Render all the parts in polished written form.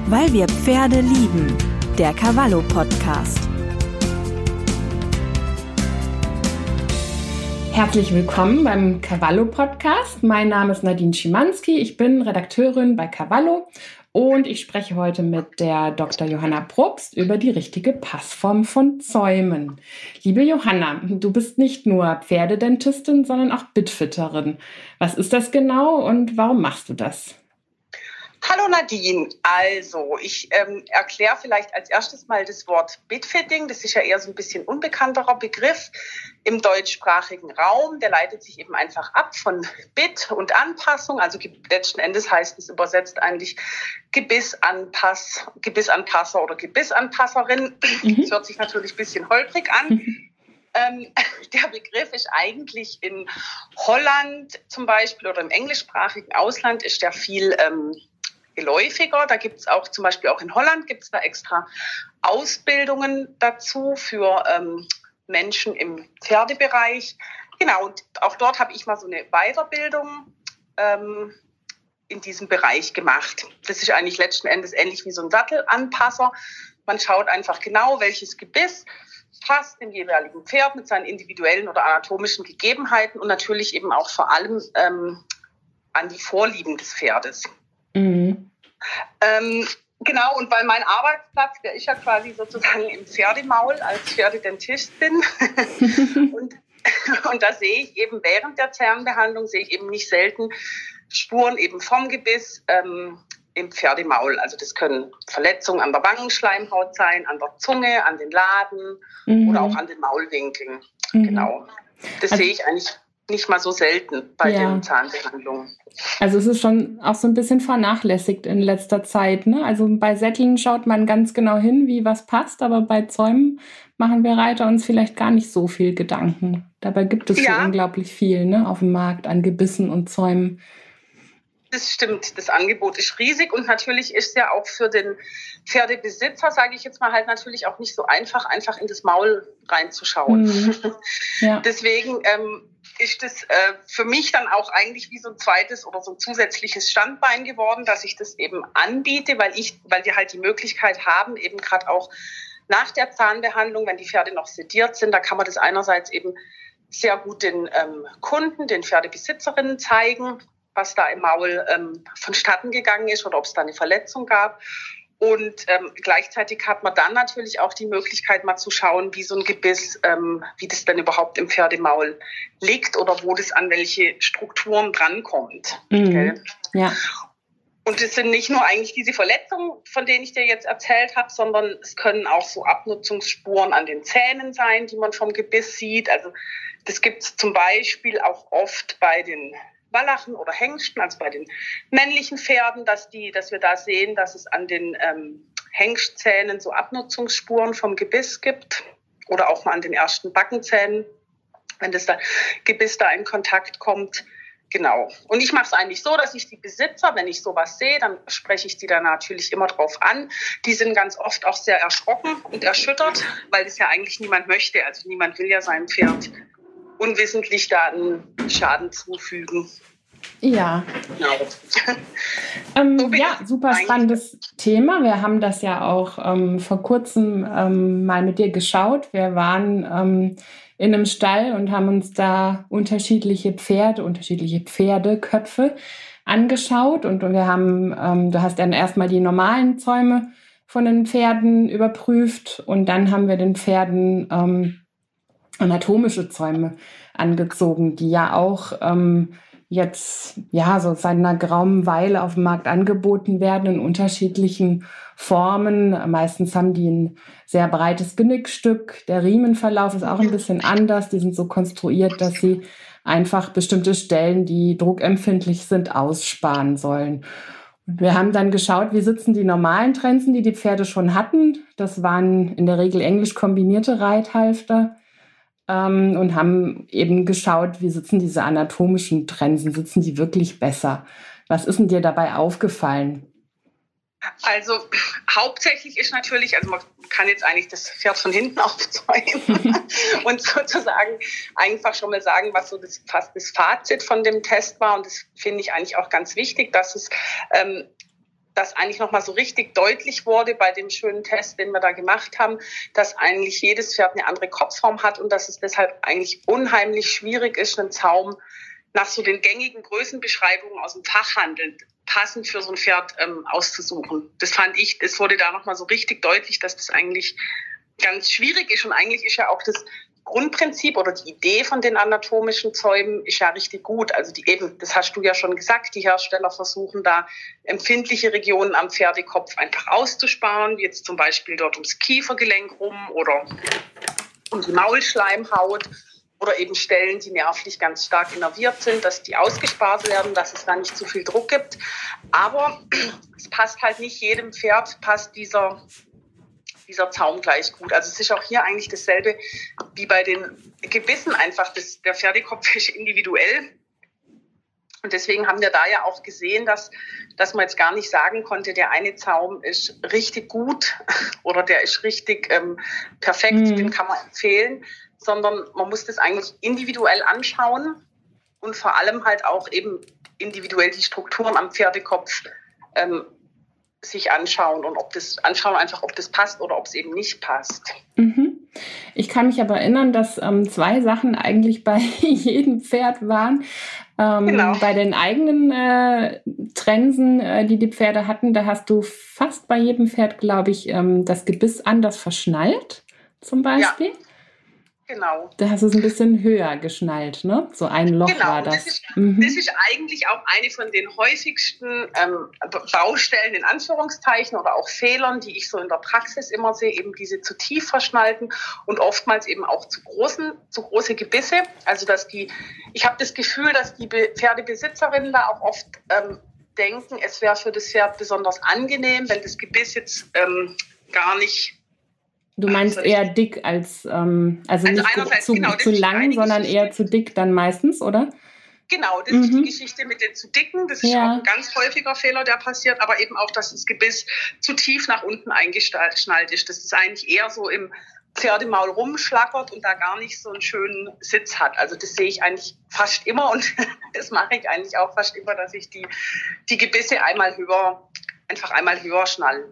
Weil wir Pferde lieben. Der Cavallo-Podcast. Herzlich willkommen beim Cavallo-Podcast. Mein Name ist Nadine Schimanski. Ich bin Redakteurin bei Cavallo und ich spreche heute mit der Dr. Johanna Probst über die richtige Passform von Zäumen. Liebe Johanna, du bist nicht nur Pferdedentistin, sondern auch Bitfitterin. Was ist das genau und warum machst du das? Hallo Nadine, also ich erkläre vielleicht als erstes mal das Wort Bitfitting. Das ist ja eher so ein bisschen unbekannterer Begriff im deutschsprachigen Raum. Der leitet sich eben einfach ab von Bit und Anpassung. Also letzten Endes heißt es übersetzt eigentlich Gebissanpasser oder Gebissanpasserin. Das hört sich natürlich ein bisschen holprig an. Der Begriff ist eigentlich in Holland zum Beispiel oder im englischsprachigen Ausland ist der viel geläufiger. Da gibt es auch zum Beispiel auch in Holland gibt es da extra Ausbildungen dazu für Menschen im Pferdebereich. Genau, und auch dort habe ich mal so eine Weiterbildung in diesem Bereich gemacht. Das ist eigentlich letzten Endes ähnlich wie so ein Sattelanpasser. Man schaut einfach genau, welches Gebiss passt dem jeweiligen Pferd mit seinen individuellen oder anatomischen Gegebenheiten und natürlich eben auch vor allem an die Vorlieben des Pferdes. Mhm. Genau, und weil mein Arbeitsplatz, der ist ja quasi sozusagen im Pferdemaul als Pferdedentistin und da sehe ich eben während der Zahnbehandlung eben nicht selten Spuren eben vom Gebiss im Pferdemaul. Also das können Verletzungen an der Wangenschleimhaut sein, an der Zunge, an den Laden oder auch an den Maulwinkeln. Genau. Das sehe ich eigentlich nicht mal so selten bei den Zahnbehandlungen. Also es ist schon auch so ein bisschen vernachlässigt in letzter Zeit, ne? Also bei Sätteln schaut man ganz genau hin, wie was passt, aber bei Zäumen machen wir Reiter uns vielleicht gar nicht so viel Gedanken. Dabei gibt es so unglaublich viel, ne, auf dem Markt an Gebissen und Zäumen. Das stimmt, das Angebot ist riesig und natürlich ist es ja auch für den Pferdebesitzer, sage ich jetzt mal, halt natürlich auch nicht so einfach in das Maul reinzuschauen. Ja. Deswegen ist das für mich dann auch eigentlich wie so ein zweites oder so ein zusätzliches Standbein geworden, dass ich das eben anbiete, weil die halt die Möglichkeit haben, eben gerade auch nach der Zahnbehandlung, wenn die Pferde noch sediert sind, da kann man das einerseits eben sehr gut den Kunden, den Pferdebesitzerinnen zeigen, was da im Maul vonstatten gegangen ist oder ob es da eine Verletzung gab. Und gleichzeitig hat man dann natürlich auch die Möglichkeit, mal zu schauen, wie so ein Gebiss, wie das denn überhaupt im Pferdemaul liegt oder wo das an welche Strukturen drankommt. Okay? Ja. Und es sind nicht nur eigentlich diese Verletzungen, von denen ich dir jetzt erzählt habe, sondern es können auch so Abnutzungsspuren an den Zähnen sein, die man vom Gebiss sieht. Also das gibt es zum Beispiel auch oft bei den Wallachen oder Hengsten, also bei den männlichen Pferden, dass wir da sehen, dass es an den Hengstzähnen so Abnutzungsspuren vom Gebiss gibt oder auch mal an den ersten Backenzähnen, wenn das Gebiss da in Kontakt kommt. Genau. Und ich mache es eigentlich so, dass ich die Besitzer, wenn ich sowas sehe, dann spreche ich die da natürlich immer drauf an. Die sind ganz oft auch sehr erschrocken und erschüttert, weil das ja eigentlich niemand möchte. Also niemand will ja seinem Pferd unwissentlich da einen Schaden zufügen. Ja. Genau. Super spannendes Thema. Wir haben das ja auch vor kurzem mal mit dir geschaut. Wir waren in einem Stall und haben uns da unterschiedliche Pferdeköpfe angeschaut. Und wir haben, du hast dann erstmal die normalen Zäume von den Pferden überprüft und dann haben wir den Pferden anatomische Zäume angezogen, die ja auch jetzt so seit einer geraumen Weile auf dem Markt angeboten werden in unterschiedlichen Formen. Meistens haben die ein sehr breites Genickstück. Der Riemenverlauf ist auch ein bisschen anders. Die sind so konstruiert, dass sie einfach bestimmte Stellen, die druckempfindlich sind, aussparen sollen. Und wir haben dann geschaut, wie sitzen die normalen Trensen, die Pferde schon hatten. Das waren in der Regel englisch kombinierte Reithalfter. Und haben eben geschaut, wie sitzen diese anatomischen Trensen, sitzen die wirklich besser? Was ist denn dir dabei aufgefallen? Also hauptsächlich ist natürlich, also man kann jetzt eigentlich das Pferd von hinten aufzäumen und sozusagen einfach schon mal sagen, was so fast das Fazit von dem Test war. Und das finde ich eigentlich auch ganz wichtig, dass es dass eigentlich nochmal so richtig deutlich wurde bei dem schönen Test, den wir da gemacht haben, dass eigentlich jedes Pferd eine andere Kopfform hat und dass es deshalb eigentlich unheimlich schwierig ist, einen Zaum nach so den gängigen Größenbeschreibungen aus dem Fachhandel passend für so ein Pferd auszusuchen. Das fand ich, es wurde da nochmal so richtig deutlich, dass das eigentlich ganz schwierig ist. Und eigentlich ist ja auch das Grundprinzip oder die Idee von den anatomischen Zäumen ist ja richtig gut. Also das hast du ja schon gesagt, die Hersteller versuchen da empfindliche Regionen am Pferdekopf einfach auszusparen, wie jetzt zum Beispiel dort ums Kiefergelenk rum oder um die Maulschleimhaut oder eben Stellen, die nervlich ganz stark innerviert sind, dass die ausgespart werden, dass es da nicht zu viel Druck gibt. Aber es passt halt nicht jedem Pferd, passt dieser Zaum gleich gut. Also es ist auch hier eigentlich dasselbe wie bei den Gebissen einfach. Der Pferdekopf ist individuell. Und deswegen haben wir da ja auch gesehen, dass man jetzt gar nicht sagen konnte, der eine Zaum ist richtig gut oder der ist richtig perfekt, den kann man empfehlen, sondern man muss das eigentlich individuell anschauen und vor allem halt auch eben individuell die Strukturen am Pferdekopf sich anschauen und ob das passt oder ob es eben nicht passt. Ich kann mich aber erinnern, dass 2 Sachen eigentlich bei jedem Pferd waren. Genau. Bei den eigenen Trensen, die Pferde hatten, da hast du fast bei jedem Pferd, glaube ich, das Gebiss anders verschnallt, zum Beispiel. Ja. Genau. Da hast du es ein bisschen höher geschnallt, ne? So ein Loch war das. Das ist eigentlich auch eine von den häufigsten Baustellen in Anführungszeichen oder auch Fehlern, die ich so in der Praxis immer sehe, eben diese zu tief verschnallten und oftmals eben auch zu große Gebisse. Also ich habe das Gefühl, dass die Pferdebesitzerinnen da auch oft denken, es wäre für das Pferd besonders angenehm, wenn das Gebiss jetzt gar nicht. Du meinst eher dick als, nicht zu lang, sondern eher zu dick dann meistens, oder? Genau, das ist die Geschichte mit den zu dicken. Das ist auch ein ganz häufiger Fehler, der passiert. Aber eben auch, dass das Gebiss zu tief nach unten eingeschnallt ist. Dass es eigentlich eher so im Pferdemaul rumschlackert und da gar nicht so einen schönen Sitz hat. Also das sehe ich eigentlich fast immer und das mache ich eigentlich auch fast immer, dass ich die Gebisse einmal höher schnalle.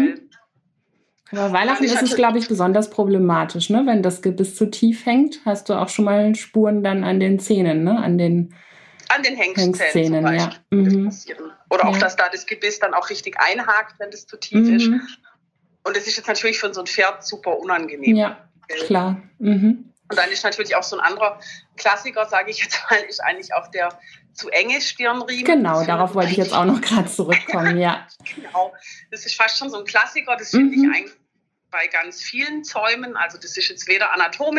Aber Weihnachten ist es, glaube ich, besonders problematisch, ne? Wenn das Gebiss zu tief hängt, hast du auch schon mal Spuren dann an den Zähnen, ne? An den Hengstzähnen, zum Beispiel. Ja. Oder auch, dass da das Gebiss dann auch richtig einhakt, wenn das zu tief ist. Und das ist jetzt natürlich für so ein Pferd super unangenehm. Ja, klar. Und dann ist natürlich auch so ein anderer Klassiker, sage ich jetzt mal, ist eigentlich auch der zu enge Stirnriemen. Genau, darauf wollte ich jetzt auch noch gerade zurückkommen, ja. Genau, das ist fast schon so ein Klassiker, das finde ich eigentlich bei ganz vielen Zäumen, also das ist jetzt weder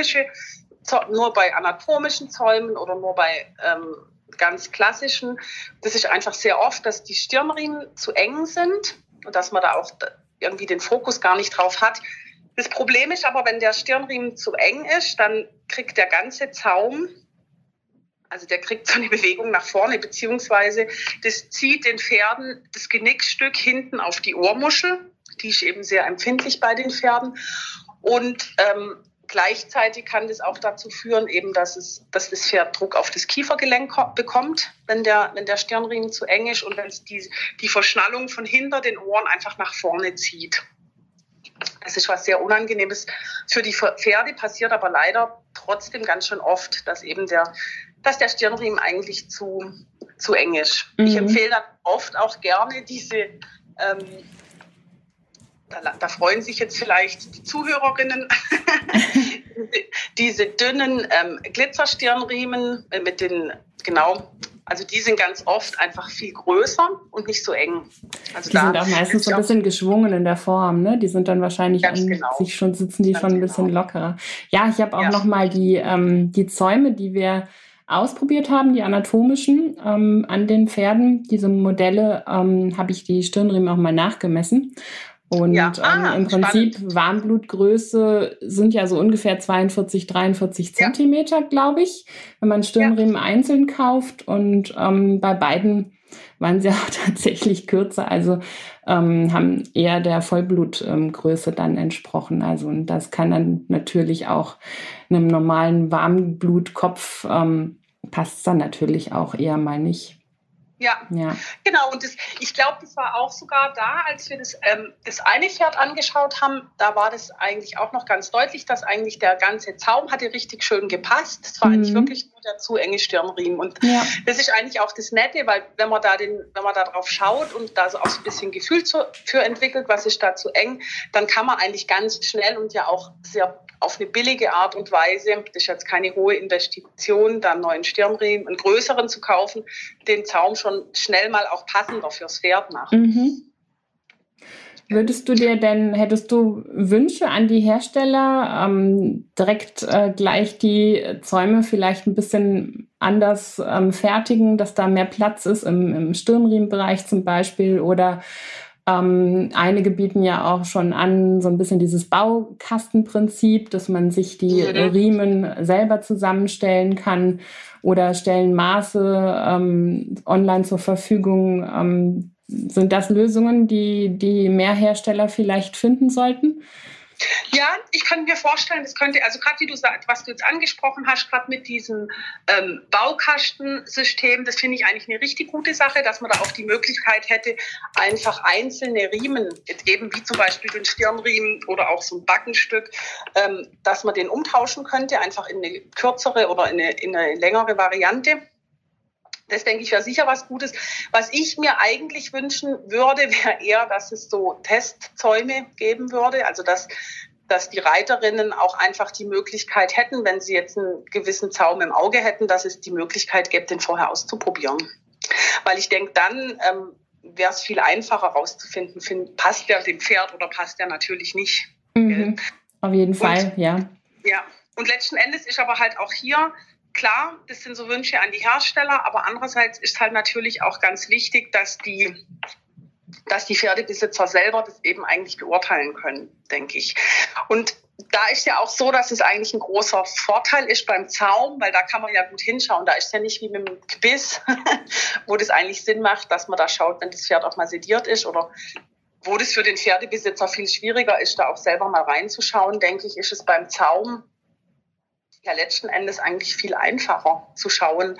nur bei anatomischen Zäumen oder nur bei ganz klassischen, das ist einfach sehr oft, dass die Stirnriemen zu eng sind und dass man da auch irgendwie den Fokus gar nicht drauf hat. Das Problem ist aber, wenn der Stirnriemen zu eng ist, dann kriegt der ganze Zaum, also der kriegt so eine Bewegung nach vorne, beziehungsweise das zieht den Pferden das Genickstück hinten auf die Ohrmuschel. Die ist eben sehr empfindlich bei den Pferden. Und gleichzeitig kann das auch dazu führen, eben, dass das Pferd Druck auf das Kiefergelenk bekommt, wenn der Stirnriemen zu eng ist und wenn es die Verschnallung von hinter den Ohren einfach nach vorne zieht. Das ist was sehr Unangenehmes für die Pferde, passiert aber leider trotzdem ganz schön oft, dass der Stirnriemen eigentlich zu eng ist. Ich empfehle dann oft auch gerne diese, da freuen sich jetzt vielleicht die Zuhörerinnen, diese dünnen Glitzerstirnriemen mit den, also die sind ganz oft einfach viel größer und nicht so eng. Also die sind auch meistens so ein bisschen geschwungen in der Form, ne? Die sind dann wahrscheinlich sitzen die schon ein bisschen lockerer. Ja, ich habe auch noch mal die Zäume, die wir ausprobiert haben, die anatomischen an den Pferden. Diese Modelle habe ich die Stirnriemen auch mal nachgemessen. Und im Prinzip spannend. Warmblutgröße sind ja so ungefähr 42, 43 Zentimeter, glaube ich, wenn man Stirnriemen einzeln kauft. Und bei beiden waren sie auch tatsächlich kürzer, also haben eher der Vollblutgröße dann entsprochen. Also und das kann dann natürlich auch einem normalen Warmblutkopf passt dann natürlich auch eher mal nicht. Ja, genau. Und ich glaube, das war auch sogar da, als wir das eine Pferd angeschaut haben, da war das eigentlich auch noch ganz deutlich, dass eigentlich der ganze Zaum hatte richtig schön gepasst. Es war eigentlich wirklich nur der zu enge Stirnriemen. Und das ist eigentlich auch das Nette, weil wenn man da drauf schaut und da so auch so ein bisschen Gefühl für entwickelt, was ist da zu eng, dann kann man eigentlich ganz schnell und ja auch sehr auf eine billige Art und Weise, das ist jetzt keine hohe Investition, da einen neuen Stirnriemen, einen größeren zu kaufen, den Zaum schon schnell mal auch passender fürs Pferd machen. Hättest du Wünsche an die Hersteller, direkt gleich die Zäume vielleicht ein bisschen anders fertigen, dass da mehr Platz ist im Stirnriemenbereich zum Beispiel, oder einige bieten ja auch schon an, so ein bisschen dieses Baukastenprinzip, dass man sich die Riemen selber zusammenstellen kann oder stellen Maße online zur Verfügung. Sind das Lösungen, die mehr Hersteller vielleicht finden sollten? Ja, ich kann mir vorstellen, das könnte, also gerade wie du sagst, was du jetzt angesprochen hast, gerade mit diesem Baukastensystem, das finde ich eigentlich eine richtig gute Sache, dass man da auch die Möglichkeit hätte, einfach einzelne Riemen, eben wie zum Beispiel den Stirnriemen oder auch so ein Backenstück, dass man den umtauschen könnte, einfach in eine kürzere oder in eine längere Variante. Das, denke ich, wäre sicher was Gutes. Was ich mir eigentlich wünschen würde, wäre eher, dass es so Testzäume geben würde. Also, dass die Reiterinnen auch einfach die Möglichkeit hätten, wenn sie jetzt einen gewissen Zaum im Auge hätten, dass es die Möglichkeit gäbe, den vorher auszuprobieren. Weil ich denke, dann wäre es viel einfacher rauszufinden, passt der dem Pferd oder passt der natürlich nicht. Auf jeden Fall, ja. Ja, und letzten Endes ist aber halt auch hier, klar, das sind so Wünsche an die Hersteller, aber andererseits ist halt natürlich auch ganz wichtig, dass die Pferdebesitzer selber das eben eigentlich beurteilen können, denke ich. Und da ist ja auch so, dass es eigentlich ein großer Vorteil ist beim Zaum, weil da kann man ja gut hinschauen. Da ist ja nicht wie mit dem Gebiss, wo das eigentlich Sinn macht, dass man da schaut, wenn das Pferd auch mal sediert ist, oder wo das für den Pferdebesitzer viel schwieriger ist, da auch selber mal reinzuschauen, denke ich, ist es beim Zaum ja letzten Endes eigentlich viel einfacher zu schauen,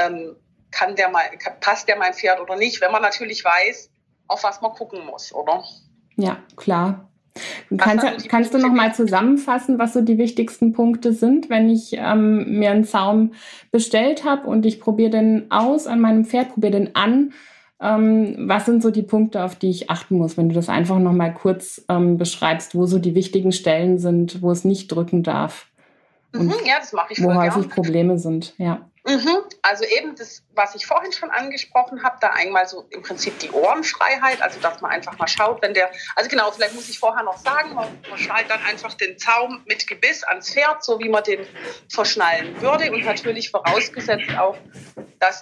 passt der mein Pferd oder nicht, wenn man natürlich weiß, auf was man gucken muss, oder? Ja, klar. Kannst du noch mal zusammenfassen, was so die wichtigsten Punkte sind, wenn ich mir einen Zaum bestellt habe und ich probiere den aus an meinem Pferd, probiere den an? Was sind so die Punkte, auf die ich achten muss, wenn du das einfach noch mal kurz beschreibst, wo so die wichtigen Stellen sind, wo es nicht drücken darf? Ja, das mache ich voll gern. Wo häufig Probleme sind, ja. Also eben das, was ich vorhin schon angesprochen habe, da einmal so im Prinzip die Ohrenfreiheit, also dass man einfach mal schaut, vielleicht muss ich vorher noch sagen, man schnallt dann einfach den Zaum mit Gebiss ans Pferd, so wie man den verschnallen würde, und natürlich vorausgesetzt auch, dass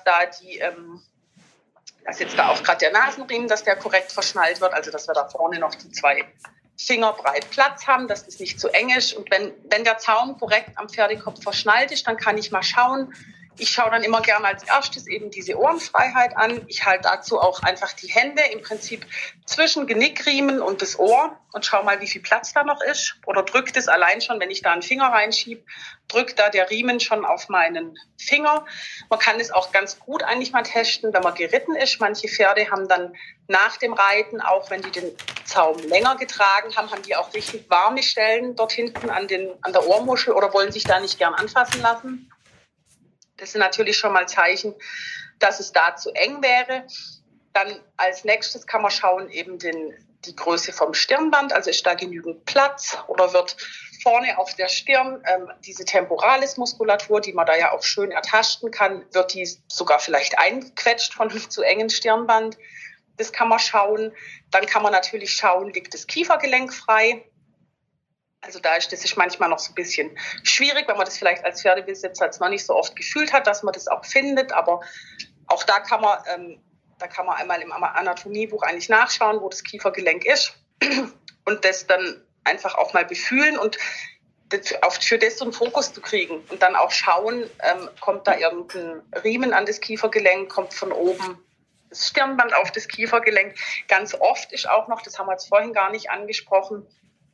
dass jetzt da auch gerade der Nasenriemen, dass der korrekt verschnallt wird, also dass wir da vorne noch die 2 Finger breit Platz haben, dass das nicht zu eng ist. Und wenn der Zaum korrekt am Pferdekopf verschnallt ist, dann kann ich mal schauen. Ich schaue dann immer gerne als erstes eben diese Ohrenfreiheit an. Ich halte dazu auch einfach die Hände im Prinzip zwischen Genickriemen und das Ohr und schaue mal, wie viel Platz da noch ist. Oder drückt es allein schon, wenn ich da einen Finger reinschiebe, drückt da der Riemen schon auf meinen Finger. Man kann es auch ganz gut eigentlich mal testen, wenn man geritten ist. Manche Pferde haben dann nach dem Reiten, auch wenn die den Zaum länger getragen haben, haben die auch richtig warme Stellen dort hinten an der Ohrmuschel oder wollen sich da nicht gern anfassen lassen. Das sind natürlich schon mal Zeichen, dass es da zu eng wäre. Dann als nächstes kann man schauen, eben die Größe vom Stirnband, also ist da genügend Platz oder wird vorne auf der Stirn diese Temporalis-Muskulatur, die man da ja auch schön ertasten kann, wird die sogar vielleicht eingequetscht von einem zu engen Stirnband. Das kann man schauen. Dann kann man natürlich schauen, liegt das Kiefergelenk frei. Also das ist manchmal noch so ein bisschen schwierig, wenn man das vielleicht als Pferdebesitzer jetzt noch nicht so oft gefühlt hat, dass man das auch findet. Aber auch da kann man einmal im Anatomiebuch eigentlich nachschauen, wo das Kiefergelenk ist und das dann einfach auch mal befühlen und für das so einen Fokus zu kriegen und dann auch schauen, kommt da irgendein Riemen an das Kiefergelenk, kommt von oben das Stirnband auf das Kiefergelenk. Ganz oft ist auch noch, das haben wir jetzt vorhin gar nicht angesprochen,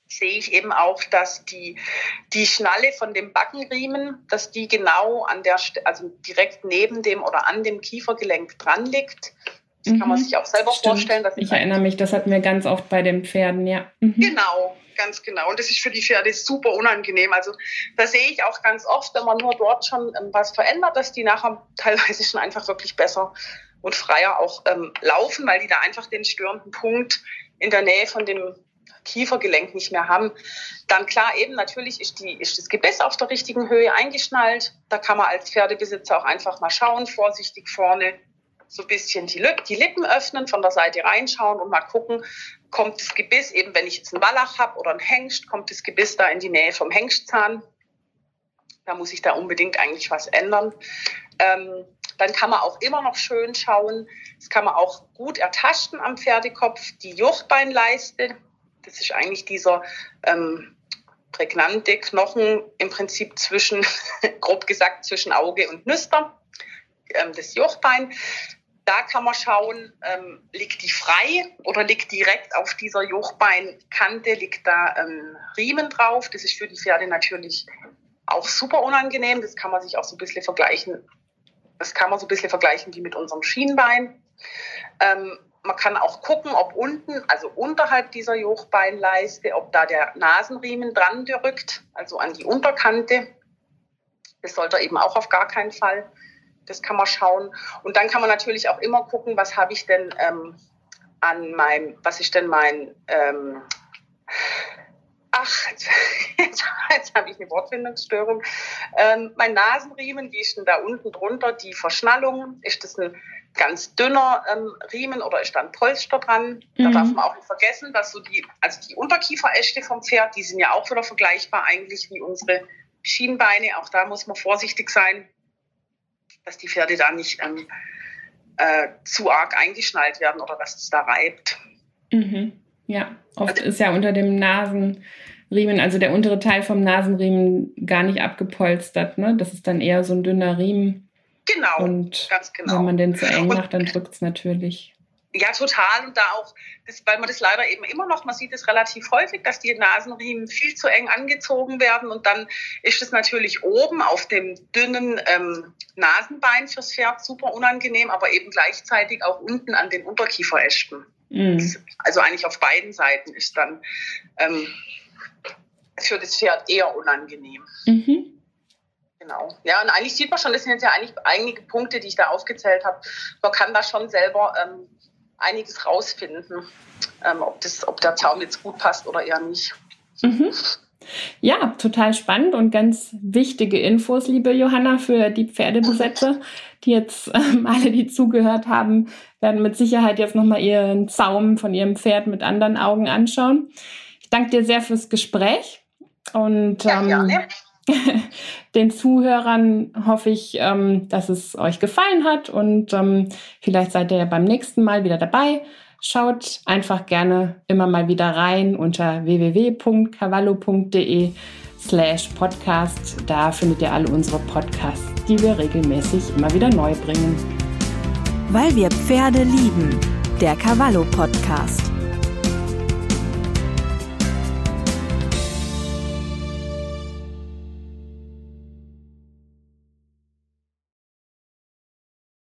sehe ich eben auch, dass die Schnalle von dem Backenriemen, dass die genau also direkt neben dem oder an dem Kiefergelenk dran liegt. Das kann man sich auch selber vorstellen. Ich erinnere mich, das hatten wir ganz oft bei den Pferden, ja. Genau, ganz genau. Und das ist für die Pferde super unangenehm. Also da sehe ich auch ganz oft, wenn man nur dort schon was verändert, dass die nachher teilweise schon einfach wirklich besser und freier auch laufen, weil die da einfach den störenden Punkt in der Nähe von dem Kiefergelenk nicht mehr haben. Dann klar, eben natürlich ist das Gebiss auf der richtigen Höhe eingeschnallt. Da kann man als Pferdebesitzer auch einfach mal schauen, vorsichtig vorne so ein bisschen die Lippen öffnen, von der Seite reinschauen und mal gucken, kommt das Gebiss, eben wenn ich jetzt einen Wallach habe oder einen Hengst, kommt das Gebiss da in die Nähe vom Hengstzahn. Da muss ich da unbedingt eigentlich was ändern. Dann kann man auch immer noch schön schauen, das kann man auch gut ertasten am Pferdekopf, die Jochbeinleiste. Das ist eigentlich dieser prägnante Knochen im Prinzip grob gesagt, zwischen Auge und Nüster, das Jochbein. Da kann man schauen, liegt die frei oder liegt direkt auf dieser Jochbeinkante, liegt da ein Riemen drauf. Das ist für die Pferde natürlich auch super unangenehm. Das kann man sich auch so ein bisschen vergleichen. Das kann man so ein bisschen vergleichen wie mit unserem Schienbein. Man kann auch gucken, ob unten, also unterhalb dieser Jochbeinleiste, ob da der Nasenriemen dran drückt, also an die Unterkante. Das sollte eben auch auf gar keinen Fall. Das kann man schauen. Und dann kann man natürlich auch immer gucken, was habe ich denn jetzt habe ich eine Wortfindungsstörung. Mein Nasenriemen, wie ist denn da unten drunter die Verschnallung? Ist das ein ganz dünner Riemen oder ist da ein Polster dran? Da darf man auch nicht vergessen, dass die Unterkieferäste vom Pferd, die sind ja auch wieder vergleichbar eigentlich wie unsere Schienbeine. Auch da muss man vorsichtig sein, dass die Pferde da nicht zu arg eingeschnallt werden oder dass es da reibt. Ja, oft ist ja unter dem Nasenriemen, also der untere Teil vom Nasenriemen gar nicht abgepolstert, ne? Das ist dann eher so ein dünner Riemen. Genau, und ganz genau. Wenn man den zu eng macht, dann drückt es natürlich. Ja, total. Und da auch, weil man das leider eben immer noch, man sieht es relativ häufig, dass die Nasenriemen viel zu eng angezogen werden. Und dann ist es natürlich oben auf dem dünnen Nasenbein fürs Pferd super unangenehm, aber eben gleichzeitig auch unten an den Unterkieferästen. Also eigentlich auf beiden Seiten ist dann für das Pferd eher unangenehm. Genau. Ja, und eigentlich sieht man schon, das sind jetzt ja eigentlich einige Punkte, die ich da aufgezählt habe. Man kann da schon selber einiges rausfinden, ob der Zaum jetzt gut passt oder eher nicht. Ja, total spannend und ganz wichtige Infos, liebe Johanna, für die Pferdebesitzer, die jetzt alle, die zugehört haben, werden mit Sicherheit jetzt nochmal ihren Zaum von ihrem Pferd mit anderen Augen anschauen. Ich danke dir sehr fürs Gespräch und gerne. Den Zuhörern hoffe ich, dass es euch gefallen hat und vielleicht seid ihr ja beim nächsten Mal wieder dabei. Schaut einfach gerne immer mal wieder rein unter www.cavallo.de/podcast. Da findet ihr alle unsere Podcasts, die wir regelmäßig immer wieder neu bringen. Weil wir Pferde lieben. Der Cavallo Podcast.